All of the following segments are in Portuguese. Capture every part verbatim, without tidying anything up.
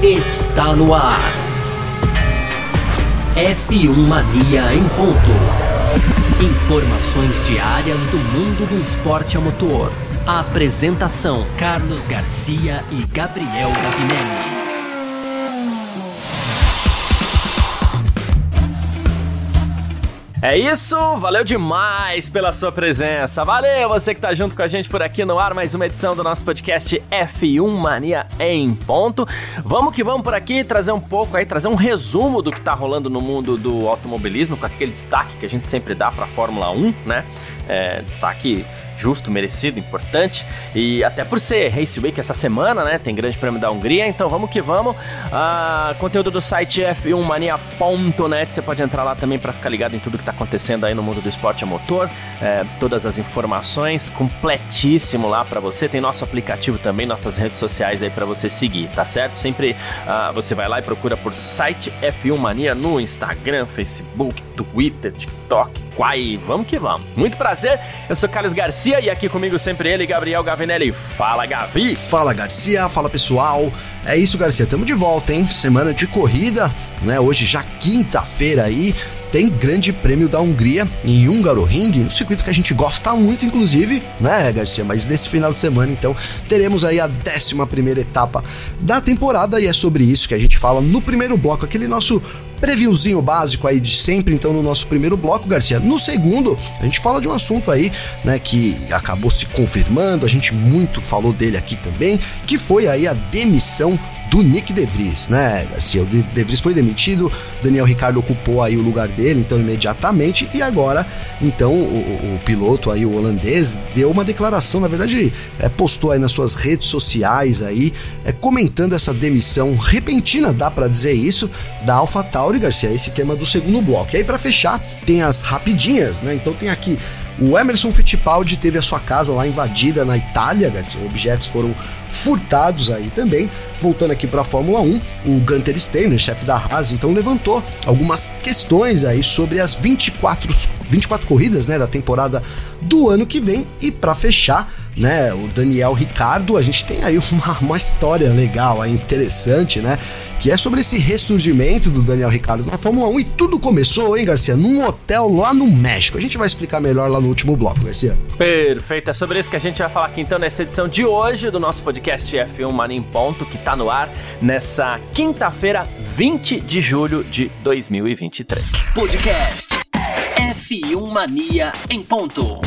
está no ar. F um Mania em ponto. Informações diárias do mundo do esporte a motor. A apresentação: Carlos Garcia e Gabriel Gavinelli. É isso, valeu demais pela sua presença. Valeu você que tá junto com a gente por aqui no ar, mais uma edição do nosso podcast F um Mania em ponto. Vamos que vamos por aqui trazer um pouco aí, trazer um resumo do que tá rolando no mundo do automobilismo, com aquele destaque que a gente sempre dá pra Fórmula um, né? É, destaque justo, merecido, importante, e até por ser Race Week essa semana, né, tem Grande Prêmio da Hungria, então vamos que vamos. Ah, conteúdo do site F um mania ponto net, você pode entrar lá também para ficar ligado em tudo que tá acontecendo aí no mundo do esporte a motor, é, todas as informações, completíssimo lá para você, tem nosso aplicativo também, nossas redes sociais aí para você seguir, tá certo? Sempre ah, você vai lá e procura por site F um Mania no Instagram, Facebook, Twitter, TikTok, Quai, vamos que vamos. Muito prazer, eu sou Carlos Garcia, e aqui comigo sempre ele, Gabriel Gavinelli. Fala, Gavi! Fala, Garcia, fala, pessoal. É isso, Garcia, tamo de volta, hein? Semana de corrida, né? Hoje já quinta-feira aí, tem Grande Prêmio da Hungria em Hungaroring, um circuito que a gente gosta muito, inclusive, né, Garcia? Mas nesse final de semana, então, teremos aí a décima primeira etapa da temporada, e é sobre isso que a gente fala no primeiro bloco, aquele nosso previewzinho básico aí de sempre, então, no nosso primeiro bloco, Garcia. No segundo, a gente fala de um assunto aí, né, que acabou se confirmando, a gente muito falou dele aqui também, que foi aí a demissão do Nick De Vries, né, Garcia? O De Vries foi demitido, Daniel Ricciardo ocupou aí o lugar dele, então, imediatamente, e agora, então, o, o piloto aí, o holandês, deu uma declaração, na verdade, é, postou aí nas suas redes sociais aí, é, comentando essa demissão repentina, dá pra dizer isso, da AlphaTauri, Garcia, esse tema do segundo bloco. E aí, pra fechar, tem as rapidinhas, né, então tem aqui o Emerson Fittipaldi teve a sua casa lá invadida na Itália, Garcia, objetos foram furtados aí também. Voltando aqui para a Fórmula um, o Gunther Steiner, chefe da Haas, então levantou algumas questões aí sobre as vinte e quatro, vinte e quatro corridas, né, da temporada do ano que vem. E para fechar, né, o Daniel Ricciardo, a gente tem aí uma, uma história legal, aí, interessante, né, que é sobre esse ressurgimento do Daniel Ricciardo na Fórmula um, e tudo começou, hein, Garcia, num hotel lá no México. A gente vai explicar melhor lá no último bloco, Garcia. Perfeito, é sobre isso que a gente vai falar aqui então nessa edição de hoje do nosso podcast F um Mania em Ponto, que tá no ar nessa quinta-feira, vinte de julho de dois mil e vinte e três. Podcast F um Mania em Ponto.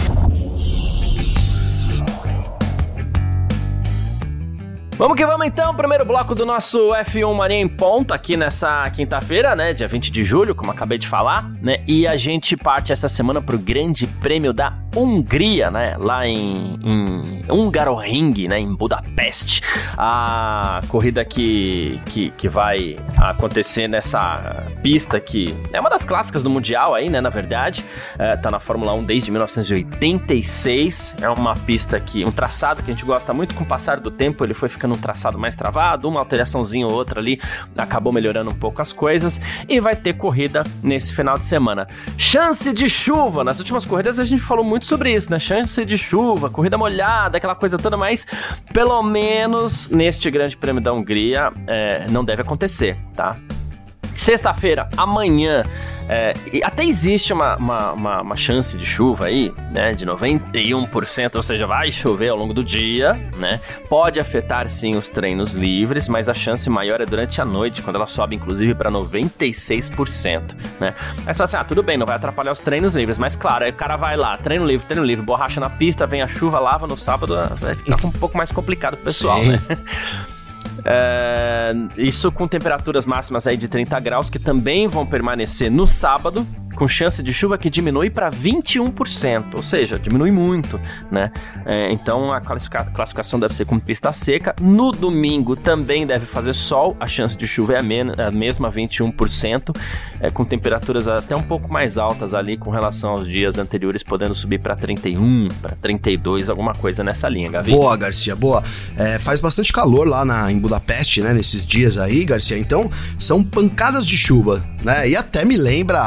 Vamos que vamos então, primeiro bloco do nosso F um Mania em Ponto, aqui nessa quinta-feira, né, dia vinte de julho, como acabei de falar, né, e a gente parte essa semana pro Grande Prêmio da Hungria, né, lá em, em Hungaroring, né, em Budapeste, a corrida que, que, que vai acontecer nessa pista que é uma das clássicas do Mundial aí, né, na verdade, é, tá na Fórmula um desde mil novecentos e oitenta e seis, é uma pista que, um traçado que a gente gosta muito, com o passar do tempo ele foi ficando um traçado mais travado, uma alteraçãozinha ou outra ali acabou melhorando um pouco as coisas, e vai ter corrida nesse final de semana. Chance de chuva, nas últimas corridas a gente falou muito sobre isso, né? Chance de chuva, corrida molhada, aquela coisa toda, mas pelo menos neste Grande Prêmio da Hungria é, não deve acontecer, tá? Sexta-feira, amanhã, é, até existe uma, uma, uma, uma chance de chuva aí, né, de noventa e um por cento, ou seja, vai chover ao longo do dia, né, pode afetar sim os treinos livres, mas a chance maior é durante a noite, quando ela sobe inclusive para noventa e seis por cento, né. Aí você fala assim, ah, tudo bem, não vai atrapalhar os treinos livres, mas claro, aí o cara vai lá, treino livre, treino livre, borracha na pista, vem a chuva, lava no sábado, vai ficar um pouco mais complicado pro pessoal, sim, né. É, isso com temperaturas máximas aí de trinta graus, que também vão permanecer no sábado, com chance de chuva que diminui para vinte e um por cento, ou seja, diminui muito, né? É, então a classifica- classificação deve ser com pista seca. No domingo também deve fazer sol, a chance de chuva é a, men- a mesma, vinte e um por cento, é, com temperaturas até um pouco mais altas ali com relação aos dias anteriores, podendo subir para trinta e um, para trinta e dois, alguma coisa nessa linha, Gavi. Boa, Garcia, boa. É, faz bastante calor lá na, em Budapeste, né, nesses dias aí, Garcia, então são pancadas de chuva, né? E até me lembra o último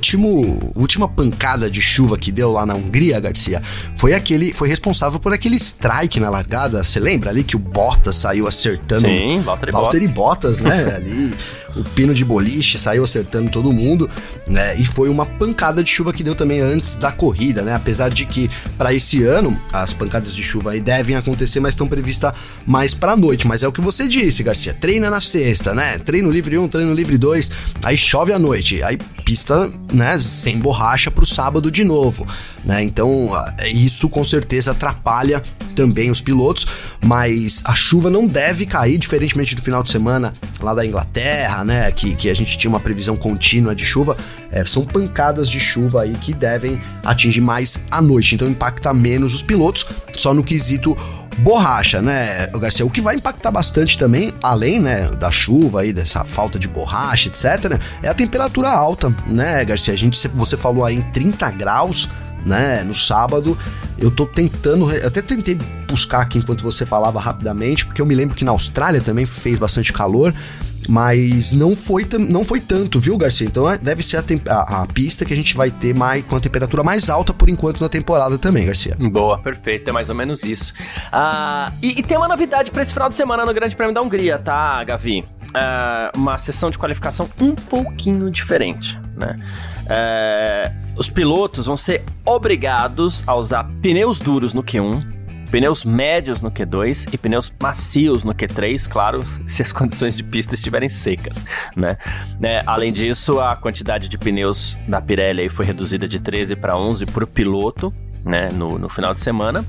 último, última pancada de chuva que deu lá na Hungria, Garcia, foi aquele, foi responsável por aquele strike na largada. Você lembra ali que o Bottas saiu acertando? Sim, Valtteri Valtteri Bottas, né? Ali, o pino de boliche saiu acertando todo mundo, né? E foi uma pancada de chuva que deu também antes da corrida, né? Apesar de que para esse ano as pancadas de chuva aí devem acontecer, mas estão previstas mais pra noite. Mas é o que você disse, Garcia. Treina na sexta, né? Treino livre um, treino livre dois, aí chove à noite, aí pista, né, sem borracha pro sábado de novo, né? Então isso com certeza atrapalha também os pilotos, mas a chuva não deve cair, diferentemente do final de semana lá da Inglaterra, né, que, que a gente tinha uma previsão contínua de chuva. É, são pancadas de chuva aí que devem atingir mais à noite, então impacta menos os pilotos, só no quesito borracha, né, Garcia? O que vai impactar bastante também, além, né, da chuva aí, dessa falta de borracha, etcétera, é a temperatura alta, né, Garcia? A gente, você falou aí em trinta graus, né, no sábado. Eu tô tentando, eu até tentei buscar aqui enquanto você falava rapidamente, porque eu me lembro que na Austrália também fez bastante calor, mas não foi, não foi tanto, viu, Garcia? Então deve ser a, a, a pista que a gente vai ter mais, com a temperatura mais alta por enquanto na temporada também, Garcia. Boa, perfeito, é mais ou menos isso. Ah, e, e tem uma novidade para esse final de semana no Grande Prêmio da Hungria, tá, Gavi? Ah, uma sessão de qualificação um pouquinho diferente, né? Ah, os pilotos vão ser obrigados a usar pneus duros no Q um, pneus médios no Q dois e pneus macios no Q três, claro, se as condições de pista estiverem secas, né? né? Além disso, a quantidade de pneus da Pirelli aí foi reduzida de treze para onze por piloto, né, no, no final de semana.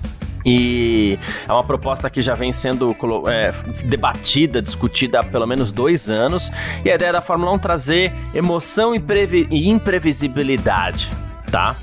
E é uma proposta que já vem sendo é, debatida, discutida há pelo menos dois anos. E a ideia da Fórmula um é trazer emoção e, previ- e imprevisibilidade, tá?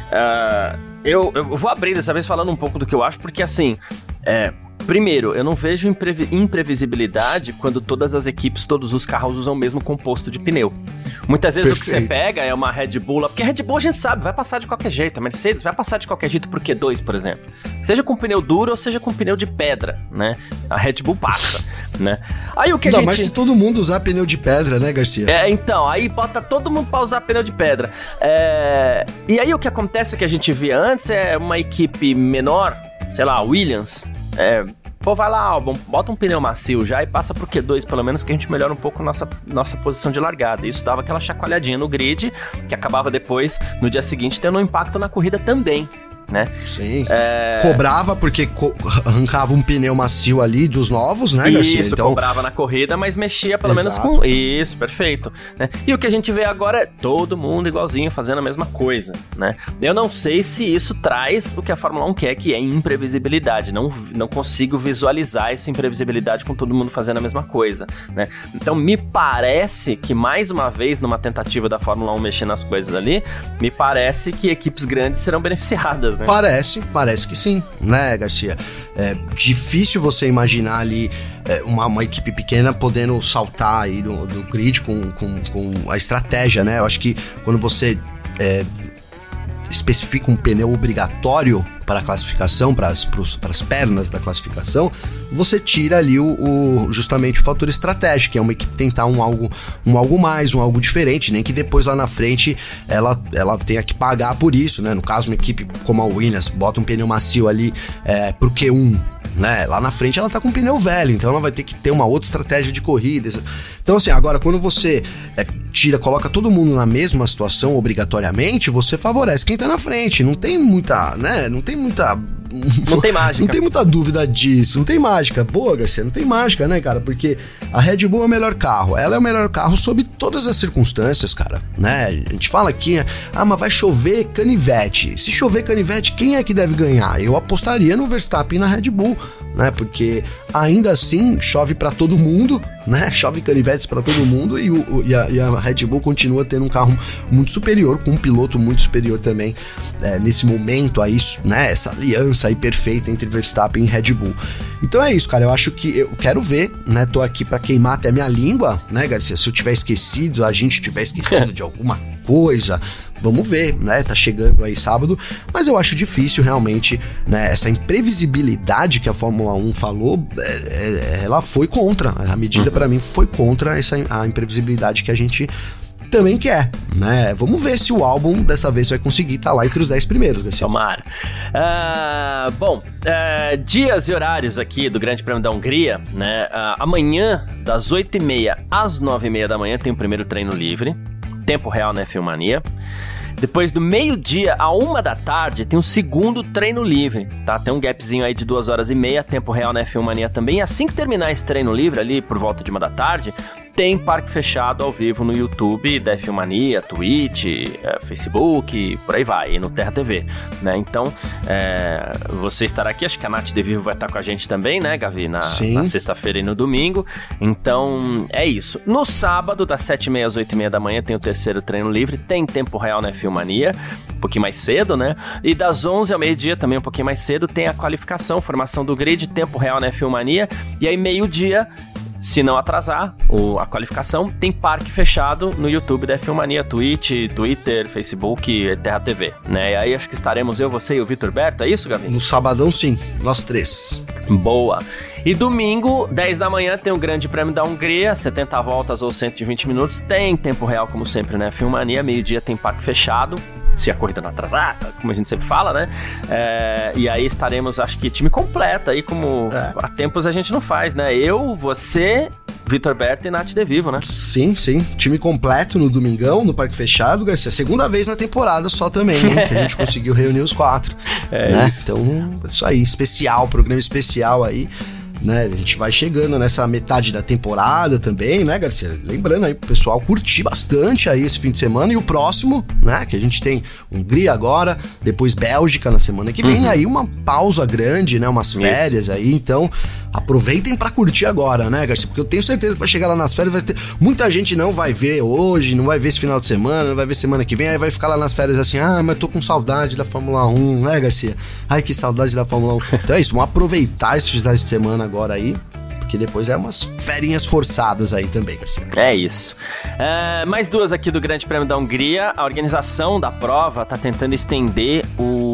Uh, eu, eu vou abrir dessa vez falando um pouco do que eu acho, porque assim... É, primeiro, eu não vejo imprevi- imprevisibilidade quando todas as equipes, todos os carros usam o mesmo composto de pneu. Muitas vezes Perfeito. O que você pega é uma Red Bull, porque a Red Bull a gente sabe, vai passar de qualquer jeito, a Mercedes vai passar de qualquer jeito pro Q dois, por exemplo. Seja com pneu duro ou seja com pneu de pedra, né? A Red Bull passa, né? Aí o que a não, gente... mas se todo mundo usar pneu de pedra, né, Garcia? É, então, aí bota todo mundo pra usar pneu de pedra. É... E aí o que acontece que a gente via antes é uma equipe menor, sei lá, Williams, é... Pô, vai lá, Albon, bota um pneu macio já e passa pro Q dois, pelo menos, que a gente melhora um pouco nossa, nossa posição de largada. Isso dava aquela chacoalhadinha no grid, que acabava depois, no dia seguinte, tendo um impacto na corrida também, né? Sim. É... Cobrava porque co- arrancava um pneu macio ali dos novos, né, Garcia? Isso, então... cobrava na corrida, mas mexia pelo Exato. menos com... Isso, perfeito. Né? E o que a gente vê agora é todo mundo igualzinho, fazendo a mesma coisa, né? Eu não sei se isso traz o que a Fórmula um quer, que é imprevisibilidade. Não, não consigo visualizar essa imprevisibilidade com todo mundo fazendo a mesma coisa, né? Então, me parece que, mais uma vez, numa tentativa da Fórmula um mexer nas coisas ali, me parece que equipes grandes serão beneficiadas, né? Parece, parece que sim, né, Garcia? É difícil você imaginar ali é, uma, uma equipe pequena podendo saltar aí do, do grid com, com, com a estratégia, né? Eu acho que quando você é, especifica um pneu obrigatório para a classificação, para as, para as pernas da classificação, você tira ali o, o, justamente o fator estratégico, que é uma equipe tentar um algo, um algo mais, um algo diferente, nem que depois lá na frente ela, ela tenha que pagar por isso, né? No caso, uma equipe como a Williams bota um pneu macio ali é, pro Q um, né? Lá na frente ela tá com um pneu velho, então ela vai ter que ter uma outra estratégia de corrida. Então assim, agora quando você é, tira, coloca todo mundo na mesma situação obrigatoriamente, você favorece quem tá na frente, não tem muita, né, não tem muita... Não tem mágica. Não tem muita dúvida disso, não tem mágica. Boa, Garcia, não tem mágica, né, cara? Porque a Red Bull é o melhor carro, ela é o melhor carro sob todas as circunstâncias, cara, né? A gente fala aqui, ah, mas vai chover canivete. Se chover canivete, quem é que deve ganhar? Eu apostaria no Verstappen e na Red Bull, né? Porque ainda assim chove pra todo mundo, né? Chove canivetes pra todo mundo e, o, e, a, e a Red Bull continua tendo um carro muito superior, com um piloto muito superior também, é, nesse momento aí, né? Essa aliança aí perfeita entre Verstappen e Red Bull. Então é isso, cara, eu acho que eu quero ver, né, tô aqui pra queimar até minha língua, né, Garcia, se eu tiver esquecido, a gente tiver esquecido de alguma coisa, vamos ver, né, tá chegando aí sábado, mas eu acho difícil realmente, né, essa imprevisibilidade que a Fórmula um falou, é, é, ela foi contra, a medida pra mim foi contra essa a imprevisibilidade que a gente também quer, né? Vamos ver se o álbum dessa vez vai conseguir estar tá lá entre os dez primeiros, Garcia. Tomara. Uh, bom, uh, dias e horários aqui do Grande Prêmio da Hungria, né? Uh, amanhã, das oito e meia às nove e meia da manhã, tem o primeiro treino livre, tempo real na F um Mania. Depois do meio-dia a uma da tarde, tem o segundo treino livre, tá? Tem um gapzinho aí de duas horas e meia, tempo real na F um Mania também. E assim que terminar esse treino livre, ali por volta de uma da tarde, tem parque fechado ao vivo no YouTube da F um Mania, Twitch, é, Facebook, por aí vai, e no Terra T V, né? Então, é, você estará aqui, acho que a Nath de Vivo vai estar com a gente também, né, Gavi? Na, na sexta-feira e no domingo. Então, é isso. No sábado, das sete e meia às oito e meia da manhã, tem o terceiro treino livre, tem tempo real na F um Mania, um pouquinho mais cedo, né? E das onze ao meio-dia, também um pouquinho mais cedo, tem a qualificação, formação do grid, tempo real na F um Mania, e aí meio-dia, se não atrasar o, a qualificação, tem parque fechado no YouTube da F um Mania, Twitch, Twitter, Facebook, Terra T V, né? E aí acho que estaremos eu, você e o Vitor Berto, é isso, Gavi? No sabadão, sim, nós três. Boa. E domingo, dez da manhã, tem o Grande Prêmio da Hungria, setenta voltas ou cento e vinte minutos, tem tempo real, como sempre, na F um Mania, meio-dia tem parque fechado, se a corrida não atrasar, como a gente sempre fala, né? É, e aí estaremos, acho que time completo aí, como é. há tempos a gente não faz, né? Eu, você, Vitor Berto e Nath de Vivo, né? Sim, sim. Time completo no domingão, no parque fechado, Garcia. Segunda vez na temporada só também, hein? Que a gente conseguiu reunir os quatro. É né? Isso. Então, é isso aí. Especial, programa especial aí. Né, a gente vai chegando nessa metade da temporada também, né, Garcia? Lembrando aí pro pessoal curtir bastante aí esse fim de semana e o próximo, né, que a gente tem Hungria agora, depois Bélgica na semana que vem, uhum. aí uma pausa grande, né, umas férias Isso. aí, então aproveitem pra curtir agora, né, Garcia? Porque eu tenho certeza que vai chegar lá nas férias, vai ter... muita gente não vai ver hoje, não vai ver esse final de semana, não vai ver semana que vem, aí vai ficar lá nas férias assim, ah, mas tô com saudade da Fórmula um, né, Garcia? Ai, que saudade da Fórmula um. Então é isso, vamos aproveitar esse final de semana agora aí, porque depois é umas ferinhas forçadas aí também, Garcia. É isso. É, mais duas aqui do Grande Prêmio da Hungria. A organização da prova tá tentando estender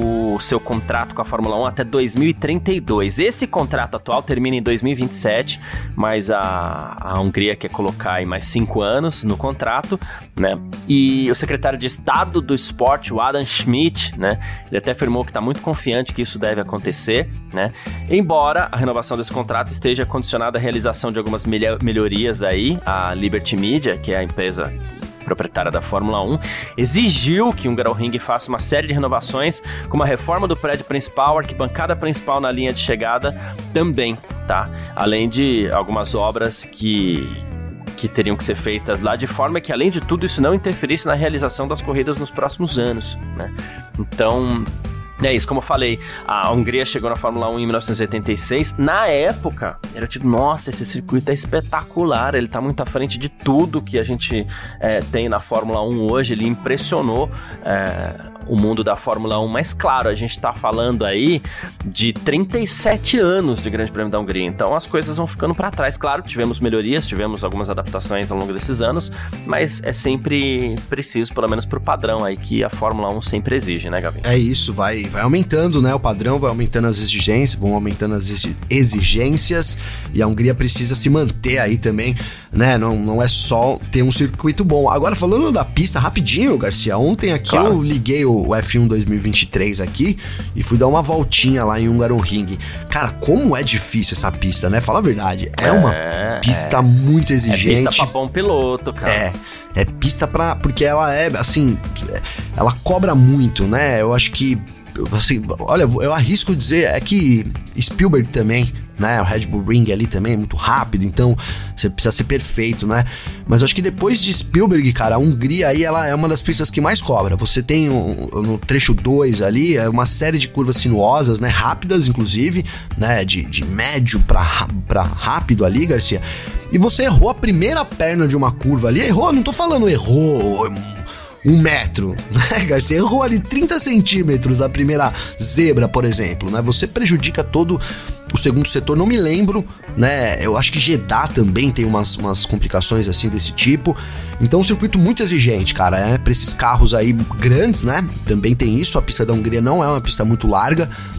o seu contrato com a Fórmula um até dois mil e trinta e dois. Esse contrato atual termina em dois mil e vinte e sete, mas a, a Hungria quer colocar aí mais cinco anos no contrato, né? E o secretário de Estado do Esporte, o Adam Schmidt, né? Ele até afirmou que está muito confiante que isso deve acontecer, né? Embora a renovação desse contrato esteja condicionada à realização de algumas melhorias aí, a Liberty Media, que é a empresa proprietária da Fórmula um, exigiu que o Hungaroring faça uma série de renovações, como a reforma do prédio principal, a arquibancada principal na linha de chegada também, tá? Além de algumas obras que... que teriam que ser feitas lá, de forma que, além de tudo, isso não interferisse na realização das corridas nos próximos anos, né? Então, é isso, como eu falei, a Hungria chegou na Fórmula um em mil novecentos e oitenta e seis, na época, era tipo, nossa, esse circuito é espetacular, ele tá muito à frente de tudo que a gente é, tem na Fórmula um hoje, ele impressionou é, o mundo da Fórmula um, mas claro, a gente tá falando aí de trinta e sete anos de Grande Prêmio da Hungria, então as coisas vão ficando para trás, claro, tivemos melhorias, tivemos algumas adaptações ao longo desses anos, mas é sempre preciso, pelo menos pro padrão aí que a Fórmula um sempre exige, né, Gavi? É isso, vai vai aumentando, né, o padrão, vai aumentando as exigências, vão aumentando as exigências, e a Hungria precisa se manter aí também, né, não, não é só ter um circuito bom. Agora, falando da pista, rapidinho, Garcia, ontem aqui claro. eu liguei o F um dois mil e vinte e três aqui e fui dar uma voltinha lá em Hungaroring. Cara, como é difícil essa pista, né, fala a verdade, é, é uma pista é, muito exigente. É pista pra bom piloto, cara. É. É pista pra... porque ela é, assim, ela cobra muito, né, eu acho que assim, olha, eu arrisco dizer é que Spielberg também, né, o Red Bull Ring ali também é muito rápido, então você precisa ser perfeito, né, mas eu acho que depois de Spielberg, cara, a Hungria aí, ela é uma das pistas que mais cobra. Você tem um, no trecho dois ali, é uma série de curvas sinuosas, né, rápidas inclusive, né, de, de médio pra, pra rápido ali, Garcia, e você errou a primeira perna de uma curva ali, errou, não tô falando errou um metro, né, Garcia? Errou ali trinta centímetros da primeira zebra, por exemplo, né? Você prejudica todo o segundo setor, não me lembro, né? Eu acho que Jeddah também tem umas, umas complicações assim desse tipo. Então, um circuito muito exigente, cara, é pra esses carros aí grandes, né? Também tem isso, a pista da Hungria não é uma pista muito larga,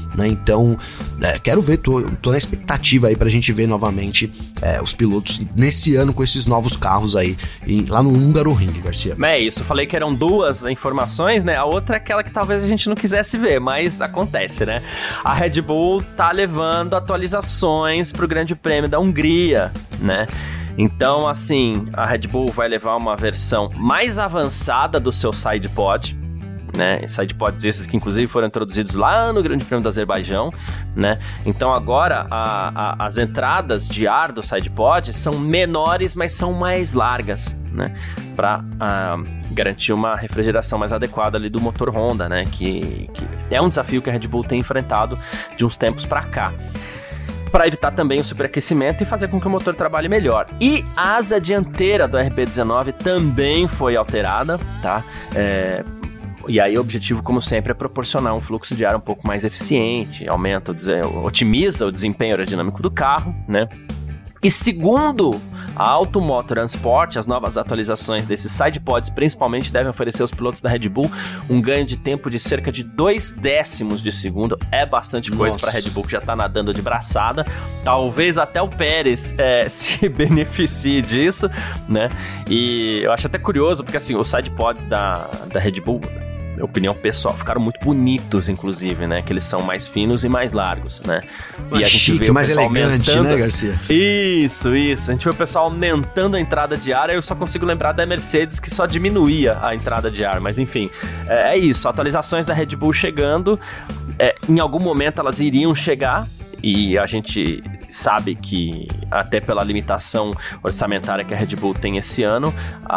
né? Então, é, quero ver, tô, tô na expectativa aí pra gente ver novamente é, os pilotos nesse ano com esses novos carros aí, e, lá no Hungaroring, Garcia. É isso, falei que eram duas informações, né? A outra é aquela que talvez a gente não quisesse ver, mas acontece, né? A Red Bull tá levando atualizações pro Grande Prêmio da Hungria, né? Então, assim, a Red Bull vai levar uma versão mais avançada do seu sidepod, né? Sidepods esses que inclusive foram introduzidos lá no Grande Prêmio do Azerbaijão, né? Então agora a, a, as entradas de ar do sidepod são menores, mas são mais largas, né? Para uh, garantir uma refrigeração mais adequada ali do motor Honda, né? Que, que é um desafio que a Red Bull tem enfrentado de uns tempos para cá, para evitar também o superaquecimento e fazer com que o motor trabalhe melhor. E a asa dianteira do R B dezenove também foi alterada, tá? É, e aí o objetivo, como sempre, é proporcionar um fluxo de ar um pouco mais eficiente, aumenta, o, otimiza o desempenho aerodinâmico do carro, né? E segundo a Auto Motor and Sport, as novas atualizações desses sidepods principalmente devem oferecer aos pilotos da Red Bull um ganho de tempo de cerca de dois décimos de segundo. É bastante coisa para a Red Bull, que já tá nadando de braçada. Talvez até o Pérez é, se beneficie disso, né? E eu acho até curioso, porque assim, os sidepods da, da Red Bull, opinião pessoal, ficaram muito bonitos, inclusive, né? Que eles são mais finos e mais largos, né? Mais e a gente chique, vê o mais pessoal elegante, aumentando... né, Garcia? Isso, isso. A gente vê o pessoal aumentando a entrada de ar, aí eu só consigo lembrar da Mercedes, que só diminuía a entrada de ar, mas enfim, é, é isso. Atualizações da Red Bull chegando, é, em algum momento elas iriam chegar, e a gente sabe que, até pela limitação orçamentária que a Red Bull tem esse ano,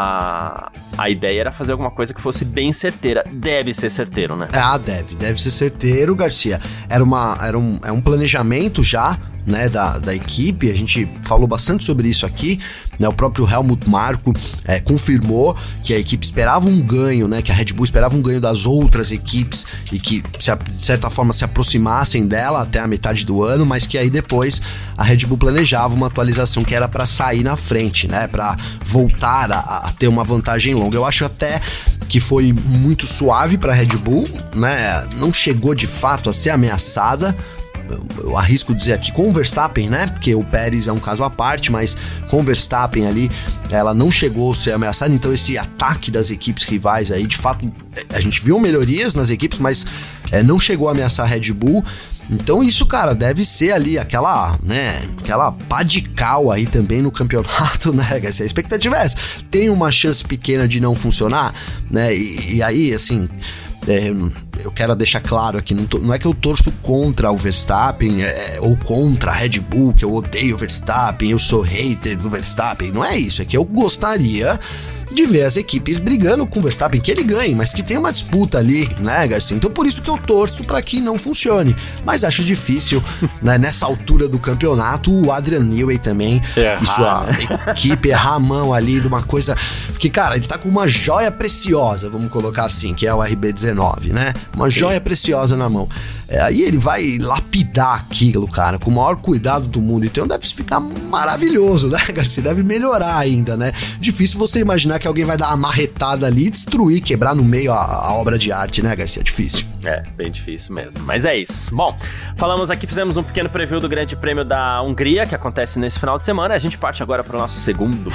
a, a ideia era fazer alguma coisa que fosse bem certeira. Deve ser certeiro, né? Ah, deve. Deve ser certeiro, Garcia. Era, uma, era um, é um planejamento já, né, da, da equipe. A gente falou bastante sobre isso aqui, né? O próprio Helmut Marko é, confirmou que a equipe esperava um ganho, né? Que a Red Bull esperava um ganho das outras equipes e que, de certa forma, se aproximassem dela até a metade do ano, mas que aí depois a Red Bull planejava uma atualização que era para sair na frente, né? Para voltar a, a ter uma vantagem longa. Eu acho até que foi muito suave para a Red Bull, né? Não chegou de fato a ser ameaçada. Eu arrisco dizer aqui com o Verstappen, né? Porque o Pérez é um caso à parte, mas com o Verstappen ali, ela não chegou a ser ameaçada. Então esse ataque das equipes rivais aí, de fato, a gente viu melhorias nas equipes, mas é, não chegou a ameaçar a Red Bull. Então isso, cara, deve ser ali aquela, né, aquela pá de cal aí também no campeonato, né? Se a expectativa é essa, tem uma chance pequena de não funcionar, né? E, e aí, assim... É, eu quero deixar claro aqui, não, tô, não é que eu torço contra o Verstappen é, ou contra a Red Bull, que eu odeio o Verstappen, eu sou hater do Verstappen, não é isso, é que eu gostaria de ver as equipes brigando com o Verstappen, que ele ganhe, mas que tenha uma disputa ali, né, Garcia? Então por isso que eu torço pra que não funcione, mas acho difícil, né, nessa altura do campeonato, o Adrian Newey também errar, e sua né? equipe errar a mão ali de uma coisa, porque, cara, ele tá com uma joia preciosa, vamos colocar assim, que é o R B dezenove, né? Uma joia Sim. preciosa na mão. É, aí ele vai lapidar aquilo, cara, com o maior cuidado do mundo, então deve ficar maravilhoso, né, Garcia? Deve melhorar ainda, né? Difícil você imaginar que alguém vai dar uma marretada ali, destruir, quebrar no meio a, a obra de arte, né, Garcia? Difícil. É, bem difícil mesmo, mas é isso. Bom, falamos aqui, fizemos um pequeno preview do Grande Prêmio da Hungria, que acontece nesse final de semana. A gente parte agora para o nosso segundo bloco.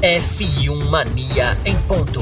F um Mania em ponto.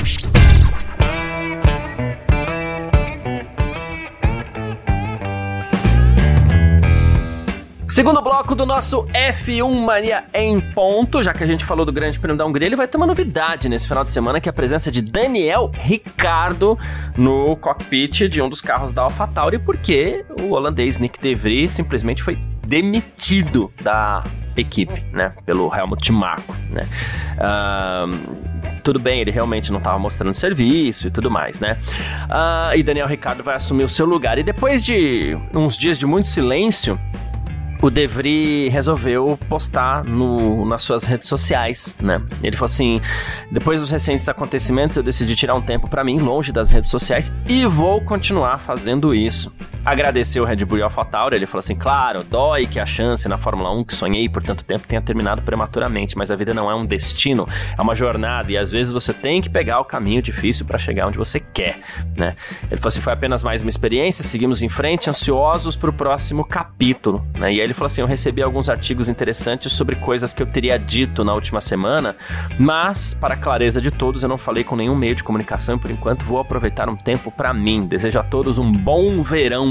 Segundo bloco do nosso F um Mania em ponto, já que a gente falou do Grande Prêmio da Hungria, ele vai ter uma novidade nesse final de semana, que é a presença de Daniel Ricciardo no cockpit de um dos carros da AlphaTauri, porque o holandês Nick de Vries simplesmente foi demitido da equipe, né, pelo Helmut Marko, né. Um, tudo bem, ele realmente não estava mostrando serviço e tudo mais, né. Uh, e Daniel Ricciardo vai assumir o seu lugar. E depois de uns dias de muito silêncio, o De Vries resolveu postar no, nas suas redes sociais, né? Ele falou assim, depois dos recentes acontecimentos, eu decidi tirar um tempo pra mim, longe das redes sociais, e vou continuar fazendo isso. Agradeceu o Red Bull e AlphaTauri, ele falou assim, claro, dói que a chance na Fórmula um que sonhei por tanto tempo tenha terminado prematuramente, mas a vida não é um destino, é uma jornada, e às vezes você tem que pegar o caminho difícil pra chegar onde você quer, né? Ele falou assim, foi apenas mais uma experiência, seguimos em frente, ansiosos pro próximo capítulo, né? E aí ele falou assim, eu recebi alguns artigos interessantes sobre coisas que eu teria dito na última semana, mas, para a clareza de todos, eu não falei com nenhum meio de comunicação e por enquanto vou aproveitar um tempo pra mim. Desejo a todos um bom verão.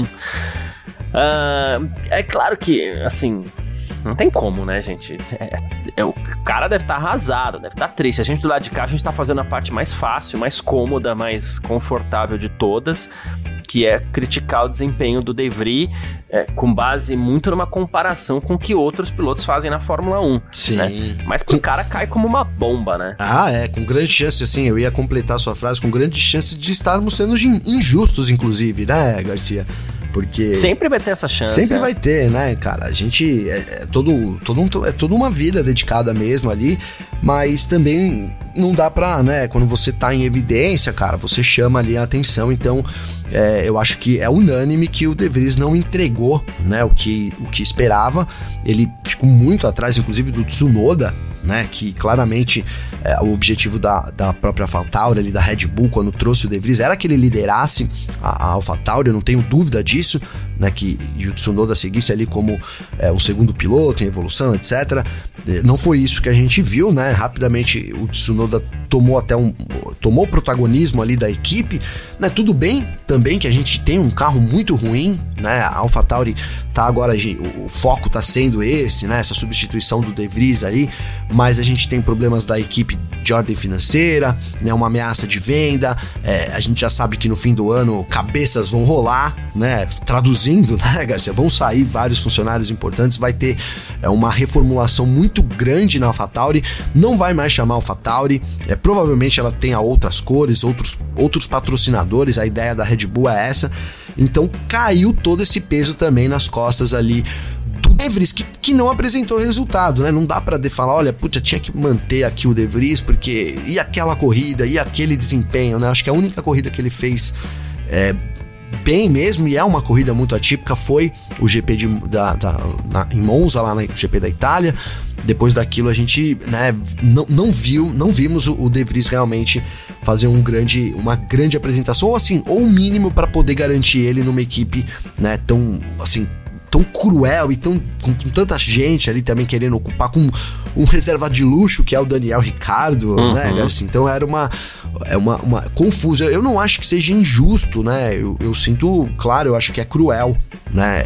Uh, é claro que, assim, não tem como, né, gente? É, é, o cara deve estar tá arrasado, deve estar tá triste. A gente do lado de cá, a gente tá fazendo a parte mais fácil, mais cômoda, mais confortável de todas, que é criticar o desempenho do De Vries, é, com base muito numa comparação com o que outros pilotos fazem na Fórmula um. Sim. Né? Mas que o cara cai como uma bomba, né? Ah, é, com grande chance, assim, eu ia completar a sua frase, com grande chance de estarmos sendo injustos, inclusive, né, Garcia? Porque... Sempre vai ter essa chance. Sempre é. vai ter, né, cara? A gente... É, é, todo, todo um, é toda uma vida dedicada mesmo ali, mas também não dá pra, né? Quando você tá em evidência, cara, você chama ali a atenção. Então, é, eu acho que é unânime que o De Vries não entregou, né, o que, o que esperava. Ele ficou muito atrás, inclusive, do Tsunoda, né, que claramente é, o objetivo da, da própria AlphaTauri, ali, da Red Bull, quando trouxe o De Vries, era que ele liderasse a, a AlphaTauri, eu não tenho dúvida disso, né, que e o Tsunoda seguisse ali como é, um segundo piloto em evolução, etcétera. Não foi isso que a gente viu, né? Rapidamente o Tsunoda tomou até um tomou o protagonismo ali da equipe, né? Tudo bem também que a gente tem um carro muito ruim, né? A AlphaTauri tá agora, o foco tá sendo esse, né? Essa substituição do De Vries aí, mas a gente tem problemas da equipe de ordem financeira, né? Uma ameaça de venda, é, a gente já sabe que no fim do ano cabeças vão rolar, né? Traduzindo, né, Garcia? Vão sair vários funcionários importantes, vai ter é, uma reformulação muito grande na AlphaTauri, não vai mais chamar AlphaTauri, é, provavelmente ela tenha outras cores, outros, outros patrocinadores, a ideia da Red Bull é essa, então caiu todo esse peso também nas costas ali do De Vries, que, que não apresentou resultado, né? Não dá pra de falar, olha, putz, tinha que manter aqui o De Vries, porque e aquela corrida, e aquele desempenho, né? Acho que a única corrida que ele fez é, bem mesmo, e é uma corrida muito atípica, foi o G P de, da, da, na, em Monza, lá no G P da Itália. Depois daquilo a gente, né, não, não viu, não vimos o, o De Vries realmente fazer um grande, uma grande apresentação, ou assim, ou o mínimo para poder garantir ele numa equipe, né, tão, assim, tão cruel e tão, com, com tanta gente ali também querendo ocupar, com um reserva de luxo que é o Daniel Ricciardo, uhum. né, Garcia? Então era uma, é uma, uma confusa. Eu não acho que seja injusto, né? Eu, eu sinto, claro, eu acho que é cruel, né?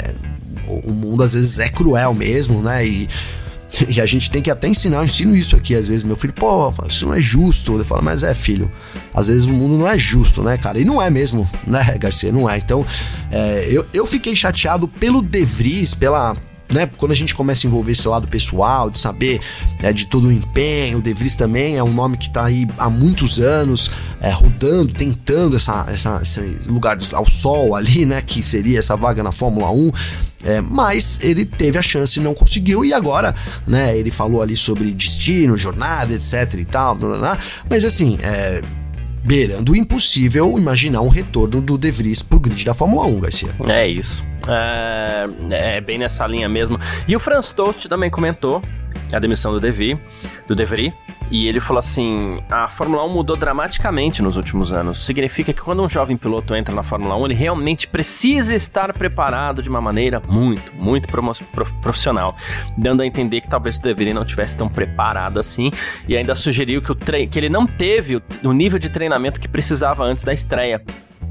O mundo às vezes é cruel mesmo, né? E E a gente tem que até ensinar, eu ensino isso aqui às vezes, meu filho, pô, isso não é justo. Eu falo, mas é, filho, às vezes o mundo não é justo, né, cara? E não é mesmo, né, Garcia? Não é. Então, é, eu, eu fiquei chateado pelo De Vries, pela... Né, quando a gente começa a envolver esse lado pessoal, de saber é, de todo o empenho, o De Vries também é um nome que tá aí há muitos anos, é, rodando, tentando essa, essa, esse lugar ao sol ali, né, que seria essa vaga na Fórmula um, é, mas ele teve a chance e não conseguiu, e agora, né, ele falou ali sobre destino, jornada, etc e tal, blá, blá, blá, mas assim, é... beirando o impossível imaginar um retorno do De Vries pro grid da Fórmula um, Garcia. É isso. É, é bem nessa linha mesmo. E o Franz Tost também comentou a demissão do De Vries, do De Vries, e ele falou assim, a Fórmula um mudou dramaticamente nos últimos anos. Significa que quando um jovem piloto entra na Fórmula um, ele realmente precisa estar preparado de uma maneira muito, muito promo- profissional, dando a entender que talvez o De Vries não tivesse tão preparado assim, e ainda sugeriu que, o tre- que ele não teve o, o nível de treinamento que precisava antes da estreia.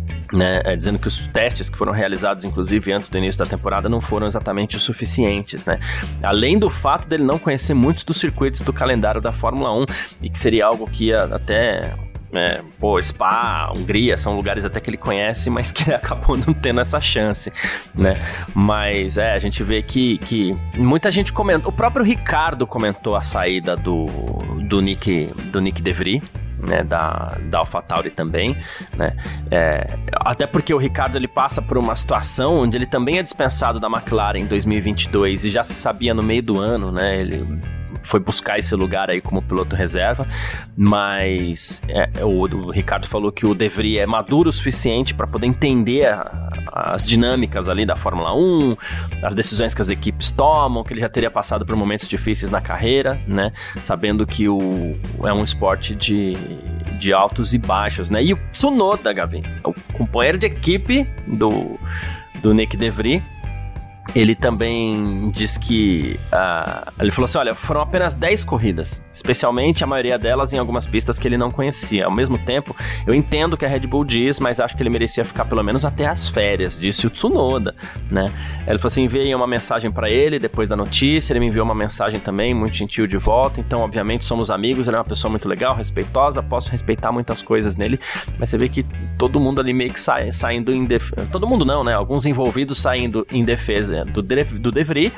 Né, é, dizendo que os testes que foram realizados, inclusive antes do início da temporada, não foram exatamente os suficientes, né? Além do fato dele não conhecer muitos dos circuitos do calendário da Fórmula um, e que seria algo que ia até... É, pô, Spa, Hungria, são lugares até que ele conhece, mas que ele acabou não tendo essa chance, né? Mas é, a gente vê que, que muita gente comenta, o próprio Ricciardo comentou a saída do, do, Nick, do Nick De Vries, né, da, da AlphaTauri também, né, é, até porque o Ricciardo ele passa por uma situação onde ele também é dispensado da McLaren em dois mil e vinte e dois e já se sabia no meio do ano, né, ele foi buscar esse lugar aí como piloto reserva, mas é, o, o Ricciardo falou que o De Vries é maduro o suficiente para poder entender a, as dinâmicas ali da Fórmula um, as decisões que as equipes tomam, que ele já teria passado por momentos difíceis na carreira, né, sabendo que o, é um esporte de, de altos e baixos, né, e o Tsunoda, Gavi, o companheiro de equipe do, do Nick De Vries, ele também diz que... Uh, ele falou assim, olha, foram apenas dez corridas, especialmente a maioria delas em algumas pistas que ele não conhecia. Ao mesmo tempo, eu entendo que a Red Bull diz, mas acho que ele merecia ficar pelo menos até as férias, disse o Tsunoda, né? Ele falou assim, enviei uma mensagem pra ele depois da notícia, ele me enviou uma mensagem também, muito gentil de volta, então obviamente somos amigos, ele é uma pessoa muito legal, respeitosa, posso respeitar muitas coisas nele, mas você vê que todo mundo ali meio que sai, saindo em defesa, todo mundo não, né? Alguns envolvidos saindo em defesa do De, do De Vries,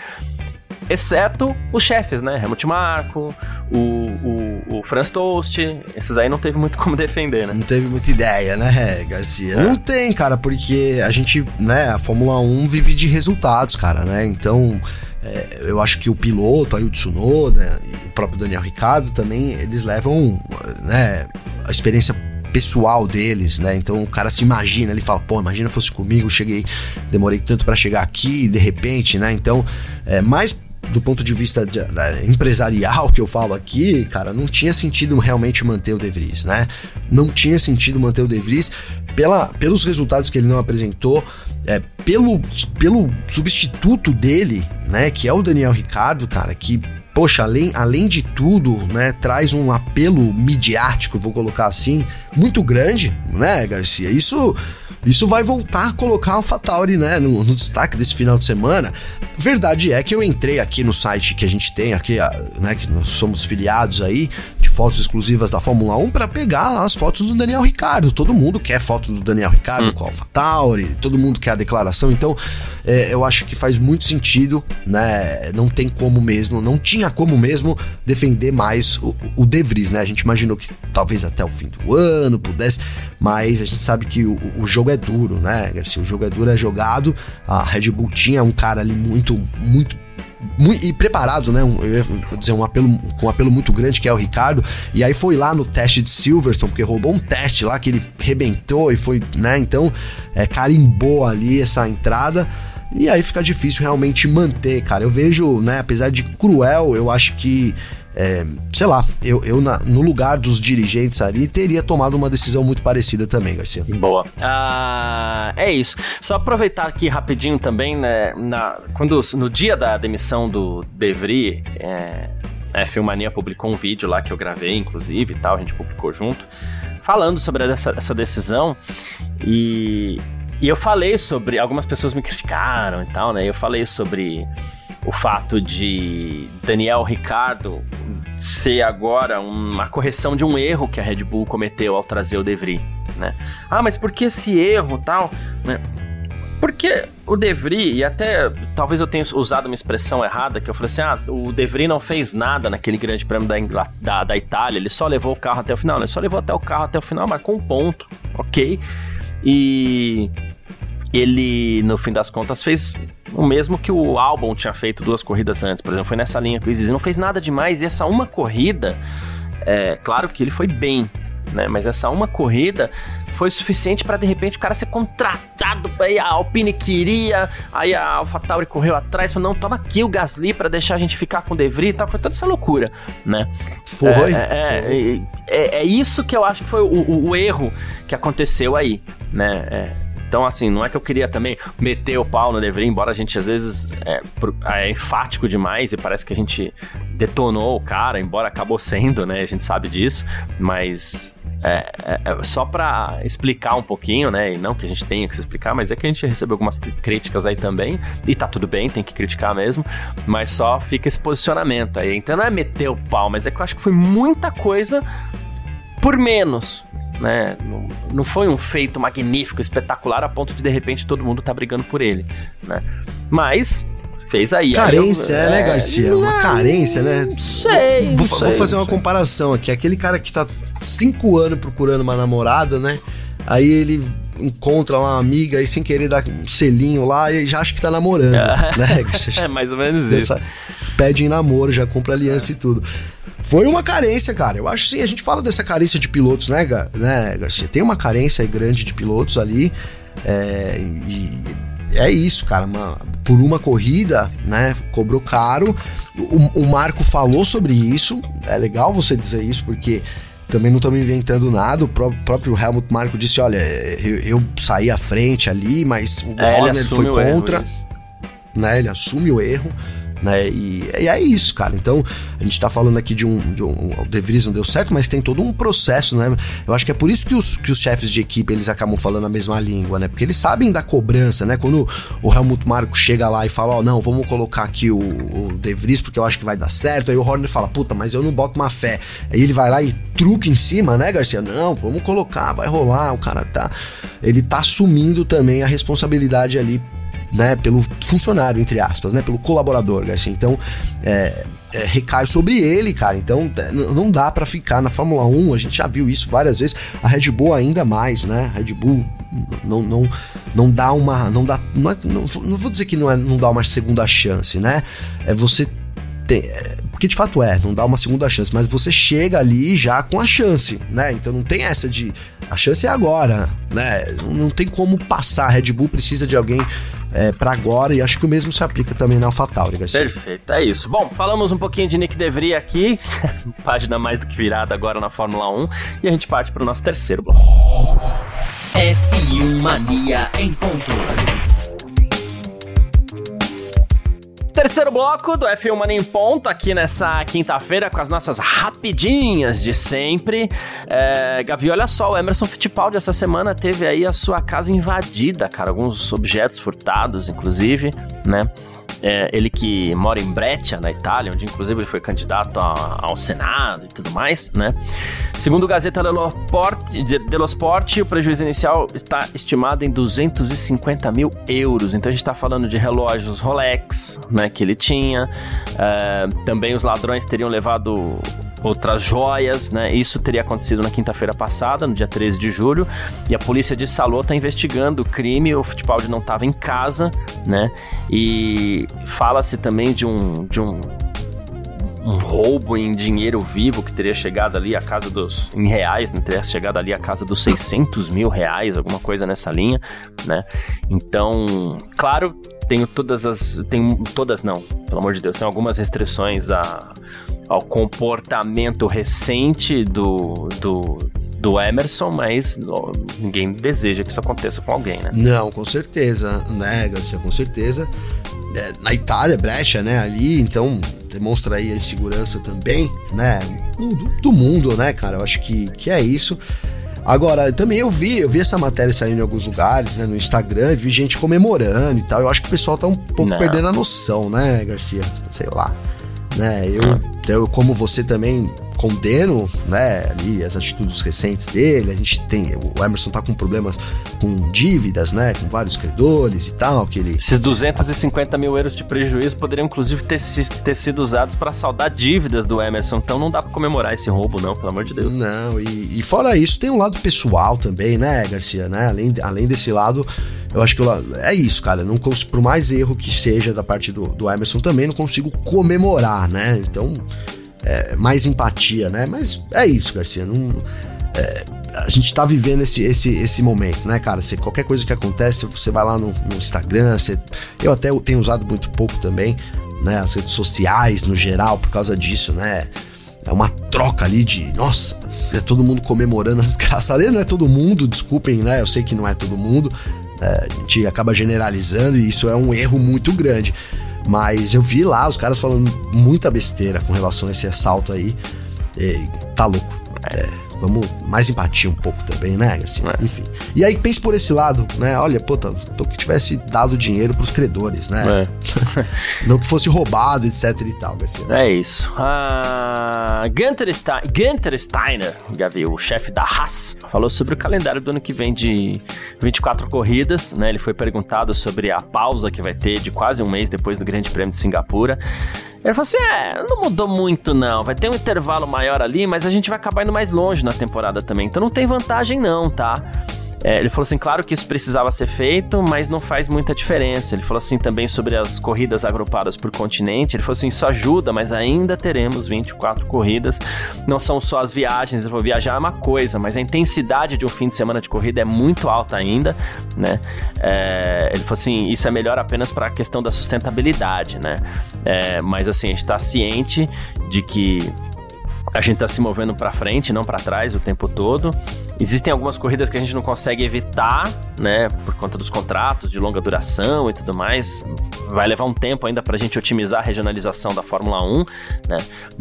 exceto os chefes, né? Helmut Marko, o, o, o Franz Tost, esses aí não teve muito como defender, né? Não teve muita ideia, né, Garcia? É. Não tem, cara, porque a gente, né, a Fórmula um vive de resultados, cara, né? Então, é, eu acho que o piloto, aí o Tsunoda, e o próprio Daniel Ricciardo também, eles levam, né, a experiência pessoal deles, né? Então o cara se imagina, ele fala, pô, imagina fosse comigo, cheguei, demorei tanto pra chegar aqui, de repente, né? Então, é, mais do ponto de vista de, de, empresarial que eu falo aqui, cara, não tinha sentido realmente manter o De Vries, né? Não tinha sentido manter o De Vries pela, pelos resultados que ele não apresentou, é, pelo, pelo substituto dele, né? Que é o Daniel Ricciardo, cara, que poxa, além, além de tudo, né, traz um apelo midiático, vou colocar assim, muito grande, né, Garcia? Isso, isso vai voltar a colocar a AlphaTauri, né, no, no destaque desse final de semana. Verdade é que eu entrei aqui no site que a gente tem aqui, né, que nós somos filiados aí, de fotos exclusivas da Fórmula um, para pegar as fotos do Daniel Ricciardo. Todo mundo quer foto do Daniel Ricciardo hum. com a AlphaTauri, todo mundo quer a declaração, então é, eu acho que faz muito sentido, né, não tem como mesmo, não tinha como mesmo defender mais o, o De Vries, né? A gente imaginou que talvez até o fim do ano pudesse, mas a gente sabe que o, o jogo é duro, né, Garcia? O jogo é duro, é jogado. A Red Bull tinha um cara ali muito, muito, muito e preparado, né? Um, eu ia dizer, um apelo, com um apelo muito grande, que é o Ricciardo, e aí foi lá no teste de Silverstone, porque roubou um teste lá que ele rebentou e foi, né? Então, é, carimbou ali essa entrada. E aí fica difícil realmente manter, cara. Eu vejo, né, apesar de cruel, eu acho que, é, sei lá, eu, eu na, no lugar dos dirigentes ali, teria tomado uma decisão muito parecida também, Garcia. Boa. Ah, é isso. Só aproveitar aqui rapidinho também, né, na, quando, no dia da demissão do De Vries, é, a F um Mania publicou um vídeo lá que eu gravei, inclusive, e tal, a gente publicou junto, falando sobre essa, essa decisão, e... E eu falei sobre... Algumas pessoas me criticaram e tal, né? Eu falei sobre o fato de Daniel Ricciardo ser agora uma correção de um erro que a Red Bull cometeu ao trazer o De Vries, né? Ah, mas por que esse erro e tal, né? Porque o De Vries, e até talvez eu tenha usado uma expressão errada, que eu falei assim, ah, o De Vries não fez nada naquele grande prêmio da, Ingl... da, da Itália, ele só levou o carro até o final, né? Ele só levou até o carro até o final, marcou um ponto, ok? E ele, no fim das contas, fez o mesmo que o Albon tinha feito duas corridas antes, por exemplo, foi nessa linha que eu disse, não fez nada demais, e essa uma corrida, é claro que ele foi bem, né, mas essa uma corrida foi suficiente para de repente o cara ser contratado, aí a Alpine queria, aí a AlphaTauri correu atrás, falou, não, toma aqui o Gasly para deixar a gente ficar com o De Vries e tal, foi toda essa loucura, né. Foi, é, foi. É, é, é isso que eu acho que foi o, o, o erro que aconteceu aí, né, é. Então, assim, não é que eu queria também meter o pau no De Vries, embora a gente às vezes é, é enfático demais e parece que a gente detonou o cara, embora acabou sendo, né? A gente sabe disso, mas é, é, é só pra explicar um pouquinho, né? E não que a gente tenha que se explicar, mas é que a gente recebeu algumas críticas aí também, e tá tudo bem, tem que criticar mesmo, mas só fica esse posicionamento aí. Então não é meter o pau, mas é que eu acho que foi muita coisa por menos, né? Não, não foi um feito magnífico, espetacular, a ponto de de repente todo mundo tá brigando por ele, né? Mas fez aí. Carência, aí eu, é, né, Garcia? Uma carência, né? Não sei, vou, não sei, vou fazer uma sei. comparação aqui. Aquele cara que tá cinco anos procurando uma namorada, né? Aí ele encontra uma amiga e sem querer dá um selinho lá e já acha que tá namorando, né? É mais ou menos isso. Pede em namoro, já compra aliança é. e tudo. Foi uma carência, cara. Eu acho sim, a gente fala dessa carência de pilotos, né, Gar- né Garcia? Tem uma carência grande de pilotos ali. É, e é isso, cara. Uma, por uma corrida, né? Cobrou caro. O, o Marco falou sobre isso. É legal você dizer isso, porque também não estamos inventando nada. O pró- próprio Helmut Marko disse: olha, eu, eu saí à frente ali, mas o é, Horner foi contra. Erro, né? Ele assume o erro. Né? E, e é isso, cara. Então, a gente tá falando aqui de um, de um... O De Vries não deu certo, mas tem todo um processo, né? Eu acho que é por isso que os, que os chefes de equipe, eles acabam falando a mesma língua, né? Porque eles sabem da cobrança, né? Quando o Helmut Marko chega lá e fala, ó, oh, não, vamos colocar aqui o, o De Vries porque eu acho que vai dar certo. Aí o Horner fala, puta, mas eu não boto uma fé. Aí ele vai lá e truca em cima, né, Garcia? Não, vamos colocar, vai rolar. O cara tá... Ele tá assumindo também a responsabilidade ali, né, pelo funcionário, entre aspas, né, pelo colaborador, Garcia. Então, é, é, recai sobre ele, cara. Então, não dá pra ficar na Fórmula um, a gente já viu isso várias vezes, a Red Bull ainda mais, né, a Red Bull não, não, não dá uma, não dá, não, é, não, não vou dizer que não, é, não dá uma segunda chance, né, é você tem, é, porque de fato é, não dá uma segunda chance, mas você chega ali já com a chance, né, então não tem essa de, a chance é agora, né, não tem como passar, a Red Bull precisa de alguém É, pra agora, e acho que o mesmo se aplica também na AlphaTauri, Garcia. Perfeito, é isso. Bom, falamos um pouquinho de Nick De Vries aqui, página mais do que virada agora na Fórmula um, e a gente parte pro nosso terceiro bloco. F um Mania em ponto. Terceiro bloco do F um Mania em Ponto, aqui nessa quinta-feira, com as nossas rapidinhas de sempre. É, Gavi, olha só, o Emerson Fittipaldi essa semana teve aí a sua casa invadida, cara, alguns objetos furtados, inclusive, né? É, ele que mora em Breccia, na Itália, onde inclusive ele foi candidato a, ao Senado e tudo mais, né? Segundo o Gazeta dello Sport, dello Sport, o prejuízo inicial está estimado em duzentos e cinquenta mil euros. Então a gente está falando de relógios Rolex, né, que ele tinha. É, também os ladrões teriam levado outras joias, né? Isso teria acontecido na quinta-feira passada, no dia treze de julho, e a polícia de Salò está investigando o crime. O Fittipaldi não estava em casa, né? E fala-se também de um, de um, um roubo em dinheiro vivo que teria chegado ali à casa dos... em reais, né? Teria chegado ali à casa dos seiscentos mil reais, alguma coisa nessa linha, né? Então, claro, tenho todas as... Tem todas não, pelo amor de Deus, tem algumas restrições a... ao comportamento recente do, do, do Emerson, mas ó, ninguém deseja que isso aconteça com alguém, né? Não, com certeza, né, Garcia, com certeza. É, na Itália, Brescia, né, ali, então demonstra aí a insegurança também, né, do, do mundo, né, cara, eu acho que, que é isso. Agora, também eu vi, eu vi essa matéria saindo em alguns lugares, né, no Instagram, vi gente comemorando e tal, eu acho que o pessoal tá um pouco Não. perdendo a noção, né, Garcia, sei lá. Né, eu, eu, como você também condeno, né, ali as atitudes recentes dele. A gente tem, o Emerson tá com problemas com dívidas, né, com vários credores e tal, que ele... Esses duzentos e cinquenta mil euros de prejuízo poderiam inclusive ter, ter sido usados para saldar dívidas do Emerson, então não dá para comemorar esse roubo não, pelo amor de Deus. Não, e, e fora isso tem um lado pessoal também, né, Garcia, né, além, além desse lado, eu acho que eu, é isso, cara, não consigo, por mais erro que seja da parte do, do Emerson também, não consigo comemorar, né, então... É, mais empatia, né? Mas é isso, Garcia. Não, é, a gente tá vivendo esse, esse, esse momento, né, cara? Você, qualquer coisa que acontece, você vai lá no, no Instagram. Você, eu até tenho usado muito pouco também, né? As redes sociais no geral, por causa disso, né? É uma troca ali de... Nossa, é todo mundo comemorando as graças. Ali não é todo mundo, desculpem, né? Eu sei que não é todo mundo. É, a gente acaba generalizando e isso é um erro muito grande. Mas eu vi lá os caras falando muita besteira com relação a esse assalto aí. E tá louco. É, vamos mais empatia um pouco também, né, Garcia? É. Enfim. E aí, pense por esse lado, né? Olha, puta, que tivesse dado dinheiro pros credores, né? É. Não que fosse roubado, etc e tal, Garcia. É isso. Ah, Gunther, Stein, Gunther Steiner, Gavi, o chefe da Haas, falou sobre o calendário do ano que vem de vinte e quatro corridas, né? Ele foi perguntado sobre a pausa que vai ter de quase um mês depois do Grande Prêmio de Singapura. Ele falou assim, é, não mudou muito não, vai ter um intervalo maior ali, mas a gente vai acabar indo mais longe na temporada também, então não tem vantagem não, tá? É, ele falou assim, claro que isso precisava ser feito, mas não faz muita diferença. Ele falou assim também sobre as corridas agrupadas por continente. Ele falou assim, isso ajuda, mas ainda teremos vinte e quatro corridas. Não são só as viagens. Ele falou, viajar é uma coisa, mas a intensidade de um fim de semana de corrida é muito alta ainda, né? É, ele falou assim, isso é melhor apenas para a questão da sustentabilidade, né? É, mas assim, a gente está ciente de que a gente tá se movendo pra frente, não pra trás o tempo todo. Existem algumas corridas que a gente não consegue evitar, né, por conta dos contratos de longa duração e tudo mais. Vai levar um tempo ainda pra gente otimizar a regionalização da Fórmula um, né,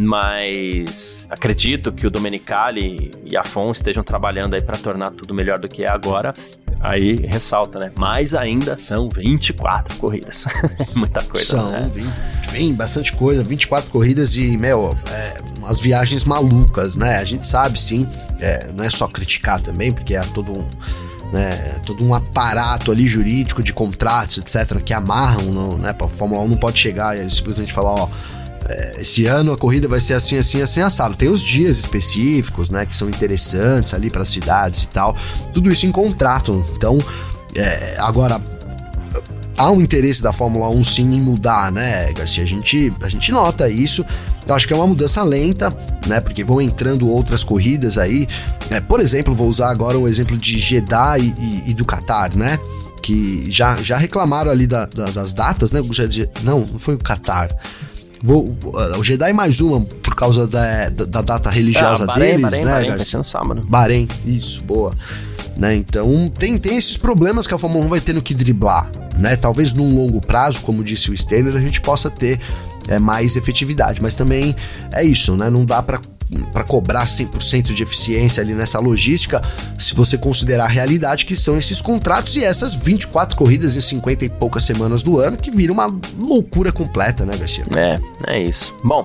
mas acredito que o Domenicali e a F O N estejam trabalhando aí pra tornar tudo melhor do que é agora. Aí ressalta, né? Mas ainda são vinte e quatro corridas. Muita coisa, são, né? Vem, vem bastante coisa, vinte e quatro corridas e, meu, é, umas viagens malucas, né? A gente sabe, sim, é, não é só criticar também, porque é todo um, né, todo um aparato ali jurídico de contratos, etcétera, que amarram, no, né? A Fórmula um não pode chegar e simplesmente falar, ó, esse ano a corrida vai ser assim, assim, assim, assado. Tem os dias específicos, né, que são interessantes ali para as cidades e tal. Tudo isso em contrato. Então, é, agora, há um interesse da Fórmula um sim em mudar, né, Garcia? A gente, a gente nota isso. Eu acho que é uma mudança lenta, né, porque vão entrando outras corridas aí. É, por exemplo, vou usar agora o exemplo de Jeddah e, e, e do Qatar, né? Que já, já reclamaram ali da, da, das datas, né? Não, não foi o Qatar. Vou, o Jeddah é mais uma por causa da, da, da data religiosa ah, Bahrein, deles, Bahrein, né? Bahrein, vai ser no sábado. Bahrein, isso, boa. Né? Então tem, tem esses problemas que a Fórmula um vai tendo que driblar, né? Talvez num longo prazo, como disse o Steiner, a gente possa ter é, mais efetividade, mas também é isso, né? Não dá para para cobrar cem por cento de eficiência ali nessa logística, se você considerar a realidade que são esses contratos e essas vinte e quatro corridas em cinquenta e poucas semanas do ano, que vira uma loucura completa, né, Garcia? É, é isso. Bom,